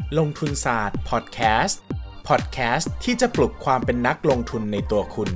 ลงทุนศาสตร์พอดแคสต์ที่จะปลุกความเป็นนักลงทุนในตัวคุณ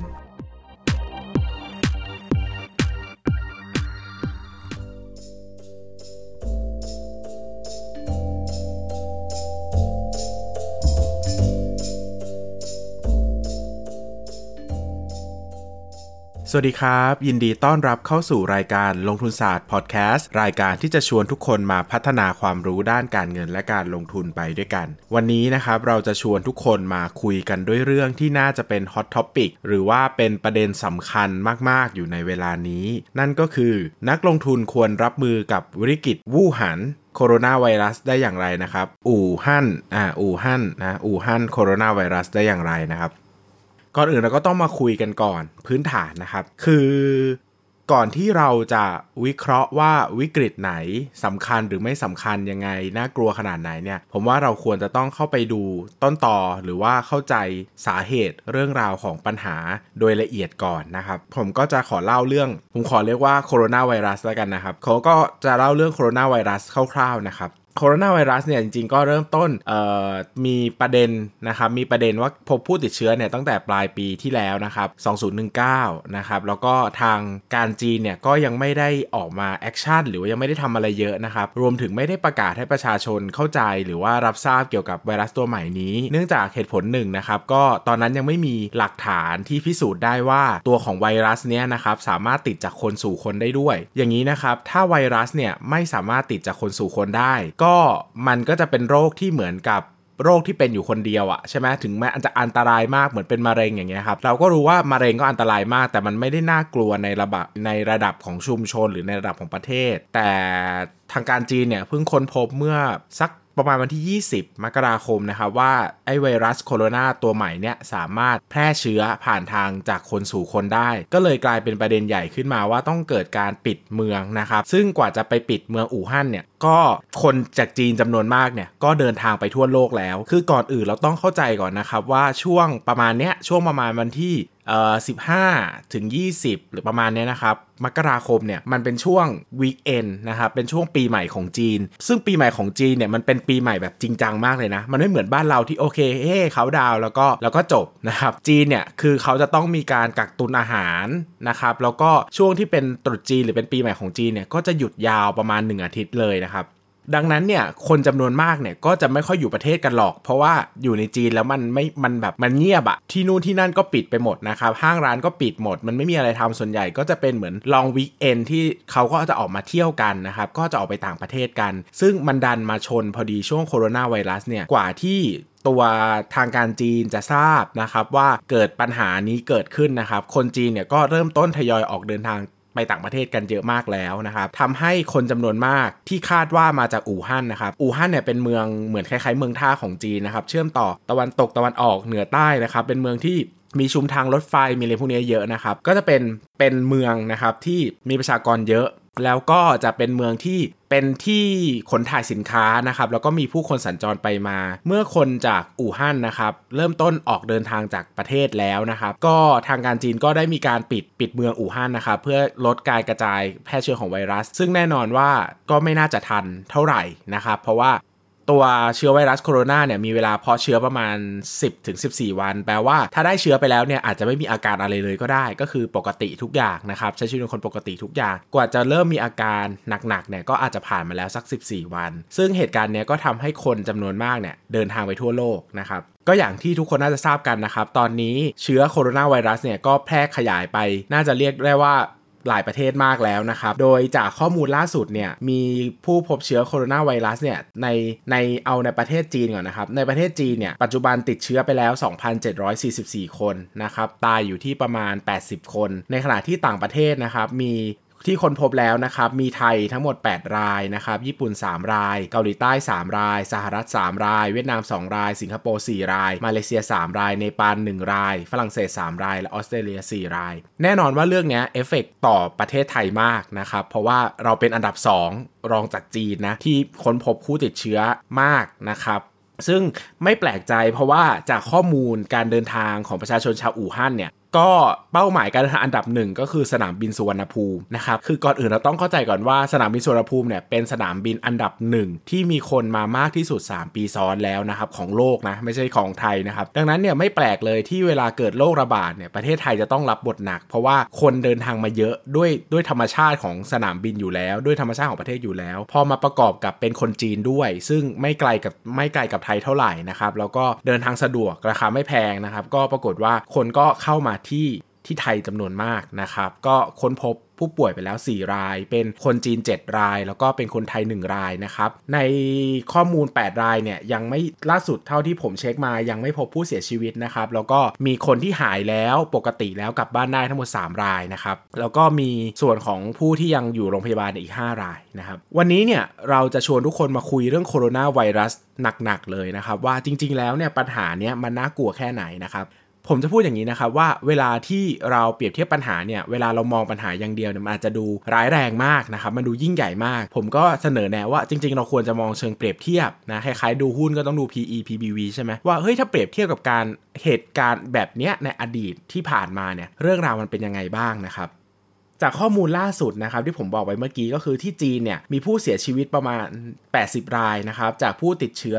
สวัสดีครับยินดีต้อนรับเข้าสู่รายการลงทุนศาสตร์พอดแคสต์รายการที่จะชวนทุกคนมาพัฒนาความรู้ด้านการเงินและการลงทุนไปด้วยกันวันนี้นะครับเราจะชวนทุกคนมาคุยกันด้วยเรื่องที่น่าจะเป็นฮอตท็อปิกหรือว่าเป็นประเด็นสำคัญมากๆอยู่ในเวลานี้นั่นก็คือนักลงทุนควรรับมือกับวิกฤตวู่หันโคโรนาไวรัสได้อย่างไรนะครับอู่ฮั่นอู่ฮั่นโคโรนาไวรัสได้อย่างไรนะครับก่อนอื่นเราก็ต้องมาคุยกันก่อนพื้นฐานนะครับคือก่อนที่เราจะวิเคราะห์ว่าวิกฤตไหนสำคัญหรือไม่สำคัญยังไงน่ากลัวขนาดไหนเนี่ยผมว่าเราควรจะต้องเข้าไปดูต้นตอหรือว่าเข้าใจสาเหตุเรื่องราวของปัญหาโดยละเอียดก่อนนะครับผมก็จะขอเล่าเรื่องผมขอเรียกว่าโคโรนาไวรัสแล้วกันนะครับเขาก็จะเล่าเรื่องโคโรนาไวรัสคร่าวๆนะครับโคโรนาไวรัสเนี่ยจริงๆก็เริ่มต้นมีประเด็นนะครับมีประเด็นว่าพบผู้ติดเชื้อเนี่ยตั้งแต่ปลายปีที่แล้วนะครับ2019นะครับแล้วก็ทางการจีนเนี่ยก็ยังไม่ได้ออกมาแอคชั่นหรือว่ายังไม่ได้ทำอะไรเยอะนะครับรวมถึงไม่ได้ประกาศให้ประชาชนเข้าใจหรือว่ารับทราบเกี่ยวกับไวรัสตัวใหม่นี้เนื่องจากเหตุผลหนึ่งนะครับก็ตอนนั้นยังไม่มีหลักฐานที่พิสูจน์ได้ว่าตัวของไวรัสเนี้ยนะครับสามารถติดจากคนสู่คนได้ด้วยอย่างนี้นะครับถ้าไวรัสเนี่ยไม่สามารถติดจากคนสู่คนได้ก็มันก็จะเป็นโรคที่เหมือนกับโรคที่เป็นอยู่คนเดียวอะใช่ไหมถึงแม้อาจจะอันตรายมากเหมือนเป็นมะเร็งอย่างเงี้ยครับเราก็รู้ว่ามะเร็งก็อันตรายมากแต่มันไม่ได้น่ากลัวในระดับของชุมชนหรือในระดับของประเทศแต่ทางการจีนเนี่ยเพิ่งค้นพบเมื่อสักประมาณวันที่20มกราคมนะครับว่าไอ้ไวรัสโคโรนาตัวใหม่เนี่ยสามารถแพร่เชื้อผ่านทางจากคนสู่คนได้ก็เลยกลายเป็นประเด็นใหญ่ขึ้นมาว่าต้องเกิดการปิดเมืองนะครับซึ่งกว่าจะไปปิดเมืองอู่ฮั่นเนี่ยก็คนจากจีนจำนวนมากเนี่ยก็เดินทางไปทั่วโลกแล้วคือก่อนอื่นเราต้องเข้าใจก่อนนะครับว่าช่วงประมาณวันที่15ถึง20หรือประมาณนี้นะครับมกราคมเนี่ยมันเป็นช่วงวีคเอนด์นะครับเป็นช่วงปีใหม่ของจีนซึ่งปีใหม่ของจีนเนี่ยมันเป็นปีใหม่แบบจริงจังมากเลยนะมันไม่เหมือนบ้านเราที่โอเคเขาดาวแล้วก็จบนะครับจีนเนี่ยคือเขาจะต้องมีการกักตุนอาหารนะครับแล้วก็ช่วงที่เป็นตรุษจีนหรือเป็นปีใหม่ของจีนเนี่ยก็จะหยุดยาวประมาณ1อาทิตย์เลยนะครับดังนั้นเนี่ยคนจำนวนมากเนี่ยก็จะไม่ค่อยอยู่ประเทศกันหรอกเพราะว่าอยู่ในจีนแล้วมันเงียบอะที่นู่นที่นั่นก็ปิดไปหมดนะครับห้างร้านก็ปิดหมดมันไม่มีอะไรทำส่วนใหญ่ก็จะเป็นเหมือนลองวีคเอนด์ที่เขาก็จะออกมาเที่ยวกันนะครับก็จะออกไปต่างประเทศกันซึ่งมันดันมาชนพอดีช่วงโคโรนาไวรัสเนี่ยกว่าที่ตัวทางการจีนจะทราบนะครับว่าเกิดปัญหานี้เกิดขึ้นนะครับคนจีนเนี่ยก็เริ่มต้นทยอยออกเดินทางไปต่างประเทศกันเยอะมากแล้วนะครับทำให้คนจำนวนมากที่คาดว่ามาจากอู่ฮั่นนะครับอู่ฮั่นเนี่ยเป็นเมืองเหมือนคล้ายๆเมืองท่าของจีนนะครับเชื่อมต่อตะวันตกตะวันออกเหนือใต้นะครับเป็นเมืองที่มีชุมทางรถไฟมีอะไรพวกนี้เยอะนะครับก็จะเป็นเมืองนะครับที่มีประชากรเยอะแล้วก็จะเป็นเมืองที่เป็นที่ขนถ่ายสินค้านะครับแล้วก็มีผู้คนสัญจรไปมาเมื่อคนจากอู่ฮั่นนะครับเริ่มต้นออกเดินทางจากประเทศแล้วนะครับก็ทางการจีนก็ได้มีการปิดเมืองอู่ฮั่นนะครับเพื่อลดการกระจายแพร่เชื้อของไวรัสซึ่งแน่นอนว่าก็ไม่น่าจะทันเท่าไหร่นะครับเพราะว่าตัวเชื้อไวรัสโคโรนาเนี่ยมีเวลาเพาะเชื้อประมาณ 10-14 วันแปลว่าถ้าได้เชื้อไปแล้วเนี่ยอาจจะไม่มีอาการอะไรเลยก็ได้ก็คือปกติทุกอย่างนะครับใช้ชีวิตเป็นคนปกติทุกอย่างกว่าจะเริ่มมีอาการหนักๆเนี่ยก็อาจจะผ่านมาแล้วสัก14วันซึ่งเหตุการณ์เนี้ยก็ทำให้คนจำนวนมากเนี่ยเดินทางไปทั่วโลกนะครับก็อย่างที่ทุกคนน่าจะทราบกันนะครับตอนนี้เชื้อโคโรนาไวรัสเนี่ยก็แพร่ขยายไปน่าจะเรียกได้ว่าหลายประเทศมากแล้วนะครับโดยจากข้อมูลล่าสุดเนี่ยมีผู้พบเชื้อโคโรนาไวรัสเนี่ยในประเทศจีนก่อนนะครับในประเทศจีนเนี่ยปัจจุบันติดเชื้อไปแล้ว 2,744 คนนะครับตายอยู่ที่ประมาณ80คนในขณะที่ต่างประเทศนะครับมีที่ค้นพบแล้วนะครับมีไทยทั้งหมด8รายนะครับญี่ปุ่น3รายเกาหลีใต้3รายสหรัฐ3รายเวียดนาม2รายสิงคโปร์4รายมาเลเซีย3รายเนปาล1รายฝรั่งเศส3รายและออสเตรเลีย4รายแน่นอนว่าเรื่องนี้เอฟเฟกต์ต่อประเทศไทยมากนะครับเพราะว่าเราเป็นอันดับ2รองจากจีนนะที่ค้นพบผู้ติดเชื้อมากนะครับซึ่งไม่แปลกใจเพราะว่าจากข้อมูลการเดินทางของประชาชนชาวอู่ฮั่นเนี่ยก็เป้าหมายการเดินทางอันดับหนึ่งก็คือสนามบินสุวรรณภูมินะครับคือก่อนอื่นเราต้องเข้าใจก่อนว่าสนามบินสุวรรณภูมิเนี่ยเป็นสนามบินอันดับหนึ่งที่มีคนมามากที่สุด3ปีซ้อนแล้วนะครับของโลกนะไม่ใช่ของไทยนะครับดังนั้นเนี่ยไม่แปลกเลยที่เวลาเกิดโรคระบาดเนี่ยประเทศไทยจะต้องรับบทหนักเพราะว่าคนเดินทางมาเยอะด้วยธรรมชาติของสนามบินอยู่แล้วด้วยธรรมชาติของประเทศอยู่แล้วพอมาประกอบกับเป็นคนจีนด้วยซึ่งไม่ไกลกับไทยเท่าไหร่นะครับแล้วก็เดินทางสะดวกราคาไม่แพงนะครับก็ปรากฏว่าคนก็เข้ามาที่ไทยจำนวนมากนะครับก็ค้นพบผู้ป่วยไปแล้ว4รายเป็นคนจีน7รายแล้วก็เป็นคนไทย1รายนะครับในข้อมูล8รายเนี่ยยังไม่ล่าสุดเท่าที่ผมเช็คมายังไม่พบผู้เสียชีวิตนะครับแล้วก็มีคนที่หายแล้วปกติแล้วกลับบ้านได้ทั้งหมด3รายนะครับแล้วก็มีส่วนของผู้ที่ยังอยู่โรงพยาบาลอีก5รายนะครับวันนี้เนี่ยเราจะชวนทุกคนมาคุยเรื่องโคโรนาไวรัสหนักๆเลยนะครับว่าจริงๆแล้วเนี่ยปัญหาเนี้ยมันน่ากลัวแค่ไหนนะครับผมจะพูดอย่างนี้นะครับว่าเวลาที่เราเปรียบเทียบปัญหาเนี่ยเวลาเรามองปัญหาอย่างเดียวเนี่ยมันอาจจะดูร้ายแรงมากนะครับมันดูยิ่งใหญ่มากผมก็เสนอแนะว่าจริงๆเราควรจะมองเชิงเปรียบเทียบนะคล้ายๆดูหุ้นก็ต้องดู PE PBV ใช่ไหมว่าเฮ้ยถ้าเปรียบเทียบกับการเหตุการณ์แบบเนี้ยในอดีตที่ผ่านมาเนี่ยเรื่องราวมันเป็นยังไงบ้างนะครับจากข้อมูลล่าสุดนะครับที่ผมบอกไว้เมื่อกี้ก็คือที่จีนเนี่ยมีผู้เสียชีวิตประมาณ80รายนะครับจากผู้ติดเชื้อ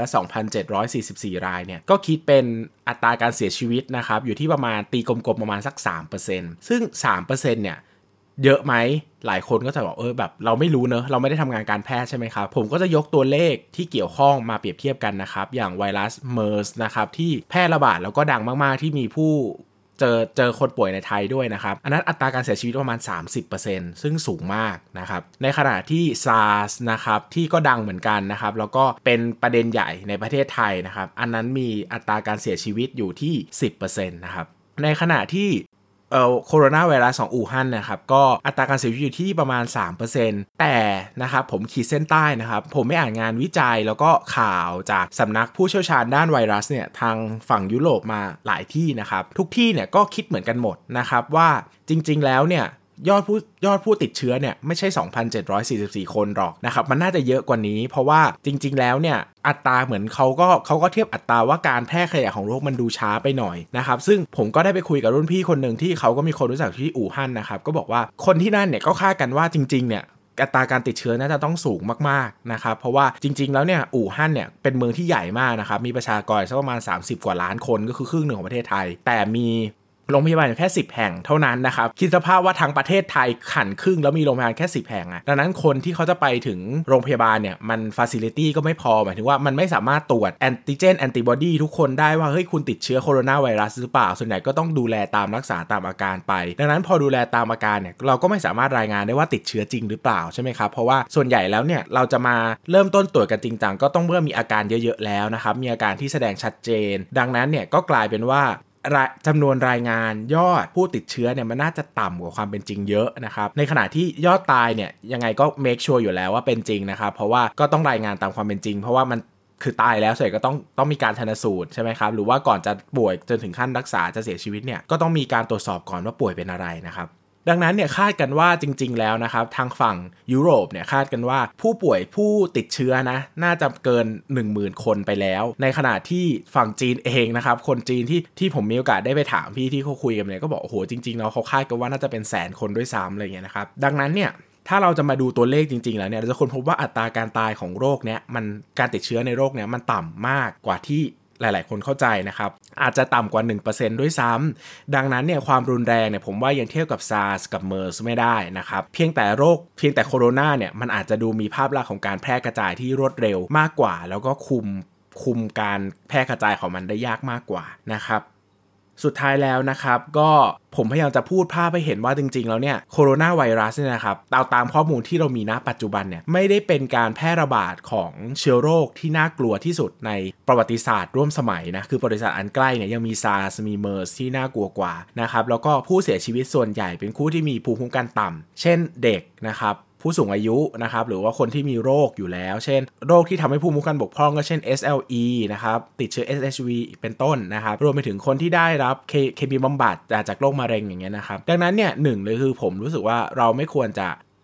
2,744 รายเนี่ยก็คิดเป็นอัตราการเสียชีวิตนะครับอยู่ที่ประมาณตีกลมๆประมาณสัก 3% ซึ่ง 3% เนี่ยเยอะไหมหลายคนก็จะบอกแบบเราไม่รู้เนอะเราไม่ได้ทำงานการแพทย์ใช่ไหมครับผมก็จะยกตัวเลขที่เกี่ยวข้องมาเปรียบเทียบกันนะครับอย่างไวรัสเมอร์สนะครับที่แพร่ระบาดแล้วก็ดังมากๆที่มีผู้เจอคนป่วยในไทยด้วยนะครับอันนั้นอัตราการเสียชีวิตประมาณ 30% ซึ่งสูงมากนะครับในขณะที่ SARS นะครับที่ก็ดังเหมือนกันนะครับแล้วก็เป็นประเด็นใหญ่ในประเทศไทยนะครับอันนั้นมีอัตราการเสียชีวิตอยู่ที่ 10% นะครับในขณะที่โคโรนาไวรัสของอู่ฮั่นนะครับก็อัตราการเสียชีวิตอยู่ที่ประมาณ 3% แต่นะครับผมขีดเส้นใต้นะครับผมไม่อ่านงานวิจัยแล้วก็ข่าวจากสำนักผู้เชี่ยวชาญด้านไวรัสเนี่ยทางฝั่งยุโรปมาหลายที่นะครับทุกที่เนี่ยก็คิดเหมือนกันหมดนะครับว่าจริงๆแล้วเนี่ยยอดผู้ติดเชื้อเนี่ยไม่ใช่ 2,744 คนหรอกนะครับมันน่าจะเยอะกว่านี้เพราะว่าจริงๆแล้วเนี่ยอัตราเหมือนเขาก็เทียบอัตราว่าการแพร่ขยายของโรคมันดูช้าไปหน่อยนะครับซึ่งผมก็ได้ไปคุยกับรุ่นพี่คนหนึ่งที่เขาก็มีคนรู้จักที่อู่ฮั่นนะครับก็บอกว่าคนที่นั่นเนี่ยก็คาดกันว่าจริงๆเนี่ยอัตราการติดเชื้อน่าจะต้องสูงมากๆนะครับเพราะว่าจริงๆแล้วเนี่ยอู่ฮั่นเนี่ยเป็นเมืองที่ใหญ่มากนะครับมีประชากรสักประมาณ30กว่าล้านคนก็คือครึ่งหนึ่งของประเทศไทยแต่มีโรงพยาบาลแค่10แห่งเท่านั้นนะครับคิดสภาพว่าทั้งประเทศไทยขันครึ่งแล้วมีโรงพยาบาลแค่10แห่งอ่ะดังนั้นคนที่เขาจะไปถึงโรงพยาบาลเนี่ยมันฟาซิลิตี้ก็ไม่พอหมายถึงว่ามันไม่สามารถตรวจแอนติเจนแอนติบอดีทุกคนได้ว่าเฮ้ยคุณติดเชื้อโคโรนาไวรัสหรือเปล่าส่วนใหญ่ก็ต้องดูแลตามรักษาตามอาการไปดังนั้นพอดูแลตามอาการเนี่ยเราก็ไม่สามารถรายงานได้ว่าติดเชื้อจริงหรือเปล่าใช่ไหมครับเพราะว่าส่วนใหญ่แล้วเนี่ยเราจะมาเริ่มต้นตรวจกันจริงจังก็ต้องเมื่อมีอาการเยอะๆแล้วนะครับมีอาการที่แสดงชัดเจนดังนั้นเนี่ยก็กลายเป็นว่าจำนวนรายงานยอดผู้ติดเชื้อเนี่ยมันน่าจะต่ำกว่าความเป็นจริงเยอะนะครับในขณะที่ยอดตายเนี่ยยังไงก็เมคชัวร์อยู่แล้วว่าเป็นจริงนะครับเพราะว่าก็ต้องรายงานตามความเป็นจริงเพราะว่ามันคือตายแล้วเสร็จก็ต้องมีการชันสูตรใช่ไหมครับหรือว่าก่อนจะป่วยจนถึงขั้นรักษาจะเสียชีวิตเนี่ยก็ต้องมีการตรวจสอบก่อนว่าป่วยเป็นอะไรนะครับดังนั้นเนี่ยคาดกันว่าจริงๆแล้วนะครับทางฝั่งยุโรปเนี่ยคาดกันว่าผู้ติดเชื้อนะน่าจะเกิน 10,000 คนไปแล้วในขณะที่ฝั่งจีนเองนะครับคนจีนที่ผมมีโอกาสได้ไปถามพี่ที่เขาคุยกันเนี่ยก็บอกโอ้โหจริงๆแล้วเขาคาดกันว่าน่าจะเป็น100,000 คนด้วยซ้ำอะไรเงี้ยนะครับดังนั้นเนี่ยถ้าเราจะมาดูตัวเลขจริงๆแล้วเนี่ยเราจะค้นพบว่าอัตราการตายของโรคเนี้ยมันการติดเชื้อในโรคเนี้ยมันต่ำมากกว่าที่หลายๆคนเข้าใจนะครับอาจจะต่ำกว่า 1% ด้วยซ้ำดังนั้นเนี่ยความรุนแรงเนี่ยผมว่ายังเทียบกับ SARS กับ MERS ไม่ได้นะครับเพียงแต่โคโรนาเนี่ยมันอาจจะดูมีภาพลักษณ์ของการแพร่กระจายที่รวดเร็วมากกว่าแล้วก็คุมการแพร่กระจายของมันได้ยากมากกว่านะครับสุดท้ายแล้วนะครับก็ผมพยายามจะพูดภาพให้เห็นว่าจริงๆแล้วเนี่ยโคโรนาไวรัสเนี่ยนะครับตามข้อมูลที่เรามีณปัจจุบันเนี่ยไม่ได้เป็นการแพร่ระบาดของเชื้อโรคที่น่ากลัวที่สุดในประวัติศาสตร์ร่วมสมัยนะคือประวัติศาสตร์อันใกล้เนี่ยยังมี SARS มี MERS ที่น่ากลัวกว่านะครับแล้วก็ผู้เสียชีวิตส่วนใหญ่เป็นผู้ที่มีภูมิคุ้มกันต่ำเช่นเด็กนะครับผู้สูงอายุนะครับหรือว่าคนที่มีโรคอยู่แล้วเช่นโรคที่ทำให้ภูมิคุ้มกันบกพร่องก็เช่น SLE นะครับติดเชื้อ SHV เป็นต้นนะครับรวมไปถึงคนที่ได้รับเคมีบำบัดจากโรคมะเร็งอย่างเงี้ยนะครับดังนั้นเนี่ยหนึ่งเลยคือผมรู้สึกว่าเราไม่ควรจะก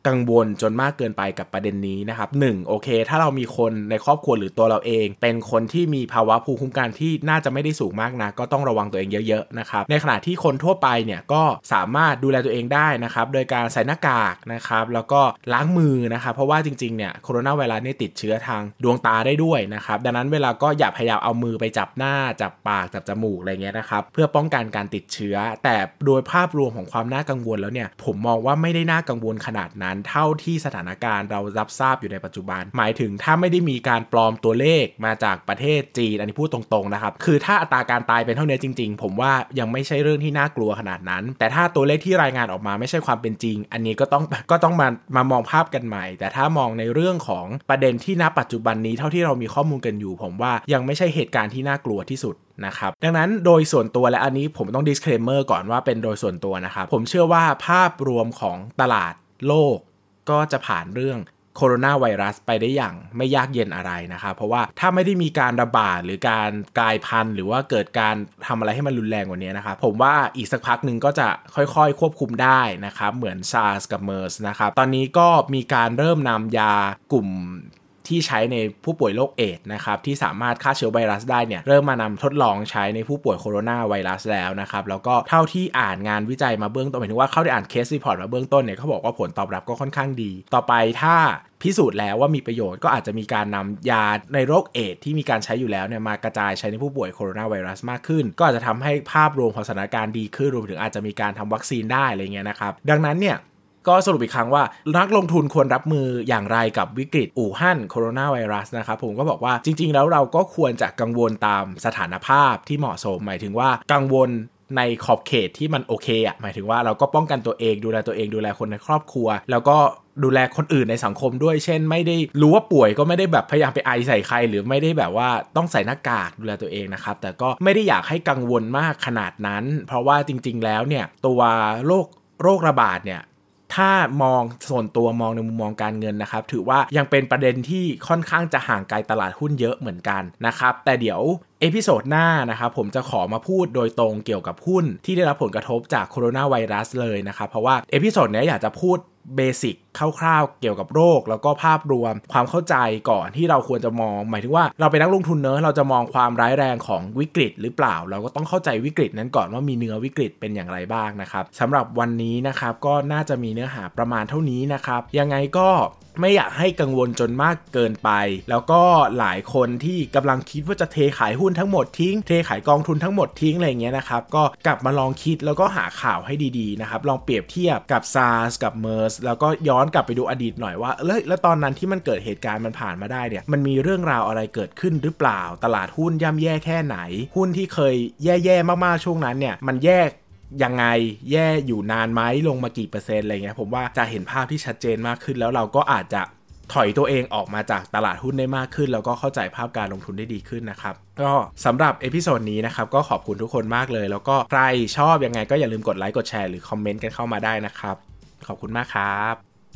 กังวลจนมากเกินไปกับประเด็นนี้นะครับ1โอเคถ้าเรามีคนในครอบครัวหรือตัวเราเองเป็นคนที่มีภาวะภูมิคุ้มกันที่น่าจะไม่ได้สูงมากนะก็ต้องระวังตัวเองเยอะๆนะครับในขณะที่คนทั่วไปเนี่ยก็สามารถดูแลตัวเองได้นะครับโดยการใส่หน้ากากนะครับแล้วก็ล้างมือนะครับเพราะว่าจริงๆเนี่ยโคโรนาไวรัสเนี่ยติดเชื้อทางดวงตาได้ด้วยนะครับดังนั้นเวลาก็อย่าพยายามเอามือไปจับหน้าจับปากจับจมูกอะไรเงี้ยนะครับเพื่อป้องกันการติดเชื้อแต่โดยภาพรวมของความน่ากังวลแล้วเนี่ยผมมองว่าไม่ได้น่ากังวลขนาดนั้นเท่าที่สถานการณ์เรารับทราบอยู่ในปัจจุบันหมายถึงถ้าไม่ได้มีการปลอมตัวเลขมาจากประเทศจีนอันนี้พูดตรงๆนะครับคือถ้าอัตราการตายเป็นเท่านี้จริงๆผมว่ายังไม่ใช่เรื่องที่น่ากลัวขนาดนั้นแต่ถ้าตัวเลขที่รายงานออกมาไม่ใช่ความเป็นจริงอันนี้ก็ต้องมามองภาพกันใหม่แต่ถ้ามองในเรื่องของประเด็นที่ณปัจจุบันนี้เท่าที่เรามีข้อมูลกันอยู่ผมว่ายังไม่ใช่เหตุการณ์ที่น่ากลัวที่สุดนะครับดังนั้นโดยส่วนตัวและอันนี้ผมต้อง disclaimer ก่อนว่าเป็นโดยส่วนตัวนะครับผมเชื่อว่าภาพรวมของตลาดโลกก็จะผ่านเรื่องโคโรนาไวรัสไปได้อย่างไม่ยากเย็นอะไรนะครับเพราะว่าถ้าไม่ได้มีการระบาดหรือการกลายพันธุ์หรือว่าเกิดการทำอะไรให้มันรุนแรงกว่านี้นะครับผมว่าอีกสักพักนึงก็จะค่อยๆควบคุมได้นะครับเหมือน SARS กับ MERS นะครับตอนนี้ก็มีการเริ่มนำยากลุ่มที่ใช้ในผู้ป่วยโรคเอดส์นะครับที่สามารถฆ่าเชื้อไวรัสได้เนี่ยเริ่มมานำทดลองใช้ในผู้ป่วยโคโรนาไวรัสแล้วนะครับแล้วก็เท่าที่อ่านงานวิจัยมาเบื้องต้นหมายถึงว่าเขาได้อ่านเคสรีพอร์ตมาเบื้องต้นเนี่ยเขาบอกว่าผลตอบรับก็ค่อนข้างดีต่อไปถ้าพิสูจน์แล้วว่ามีประโยชน์ก็อาจจะมีการนำยาในโรคเอดส์ที่มีการใช้อยู่แล้วเนี่ยมากระจายใช้ในผู้ป่วยโคโรนาไวรัสมากขึ้นก็อาจจะทำให้ภาพรวมของสถานการณ์ดีขึ้นรวมถึงอาจจะมีการทำวัคซีนได้อะไรเงี้ยนะครับดังนั้นเนี่ยก็สรุปอีกครั้งว่านักลงทุนควรรับมืออย่างไรกับวิกฤตอู่ฮั่นโคโรนาไวรัสนะครับผมก็บอกว่าจริงๆแล้วเราก็ควรจะกังวลตามสถานภาพที่เหมาะสมหมายถึงว่ากังวลในขอบเขตที่มันโอเคอ่ะหมายถึงว่าเราก็ป้องกันตัวเองดูแลตัวเองดูแลคนในครอบครัวแล้วก็ดูแลคนอื่นในสังคมด้วยเช่นไม่ได้รู้ว่าป่วยก็ไม่ได้แบบพยายามไปไอใส่ใครหรือไม่ได้แบบว่าต้องใส่หน้ากากดูแลตัวเองนะครับแต่ก็ไม่ได้อยากให้กังวลมากขนาดนั้นเพราะว่าจริงๆแล้วเนี่ยตัวโรคระบาดเนี่ยถ้ามองส่วนตัวมองในมุมมองการเงินนะครับถือว่ายังเป็นประเด็นที่ค่อนข้างจะห่างไกลตลาดหุ้นเยอะเหมือนกันนะครับแต่เดี๋ยวเอพิโซดหน้านะครับผมจะขอมาพูดโดยตรงเกี่ยวกับหุ้นที่ได้รับผลกระทบจากโคโรนาไวรัสเลยนะครับเพราะว่าเอพิโซดนี้อยากจะพูดเบสิกคร่าวๆเกี่ยวกับโรคแล้วก็ภาพรวมความเข้าใจก่อนที่เราควรจะมองหมายถึงว่าเราเป็นนักลงทุนเนอะเราจะมองความร้ายแรงของวิกฤตหรือเปล่าเราก็ต้องเข้าใจวิกฤตนั้นก่อนว่ามีเนื้อวิกฤตเป็นอย่างไรบ้างนะครับสำหรับวันนี้นะครับก็น่าจะมีเนื้อหาประมาณเท่านี้นะครับยังไงก็ไม่อยากให้กังวลจนมากเกินไปแล้วก็หลายคนที่กำลังคิดว่าจะเทขายหุ้นทั้งหมดทิ้งเทขายกองทุนทั้งหมดทิ้งอะไรเงี้ยนะครับก็กลับมาลองคิดแล้วก็หาข่าวให้ดีๆนะครับลองเปรียบเทียบกับ SARS กับ MERS แล้วก็ย้อนกลับไปดูอดีตหน่อยว่าแล้วตอนนั้นที่มันเกิดเหตุการณ์มันผ่านมาได้เนี่ยมันมีเรื่องราวอะไรเกิดขึ้นหรือเปล่าตลาดหุ้นย่ำแย่แค่ไหนหุ้นที่เคยแย่ๆมากๆช่วงนั้นเนี่ยมันแย่ยังไงแย่อยู่นานไหมลงมากี่เปอร์เซ็นต์อะไรเงี้ยผมว่าจะเห็นภาพที่ชัดเจนมากขึ้นแล้วเราก็อาจจะถอยตัวเองออกมาจากตลาดหุ้นได้มากขึ้นแล้วก็เข้าใจภาพการลงทุนได้ดีขึ้นนะครับก็สำหรับเอพิโซดนี้นะครับก็ขอบคุณทุกคนมากเลยแล้วก็ใครชอบยังไงก็อย่าลืมกดไลค์กดแชร์หรือคอมเมนต์กันเข้ามาได้นะครับขอบคุณมากครับ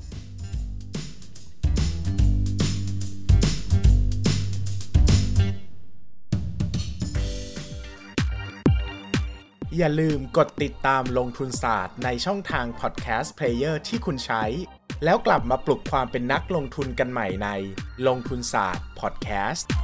อย่าลืมกดติดตามลงทุนศาสตร์ในช่องทางพอดแคสต์เพลเยอร์ที่คุณใช้แล้วกลับมาปลุกความเป็นนักลงทุนกันใหม่ในลงทุนศาสตร์พอดแคสต์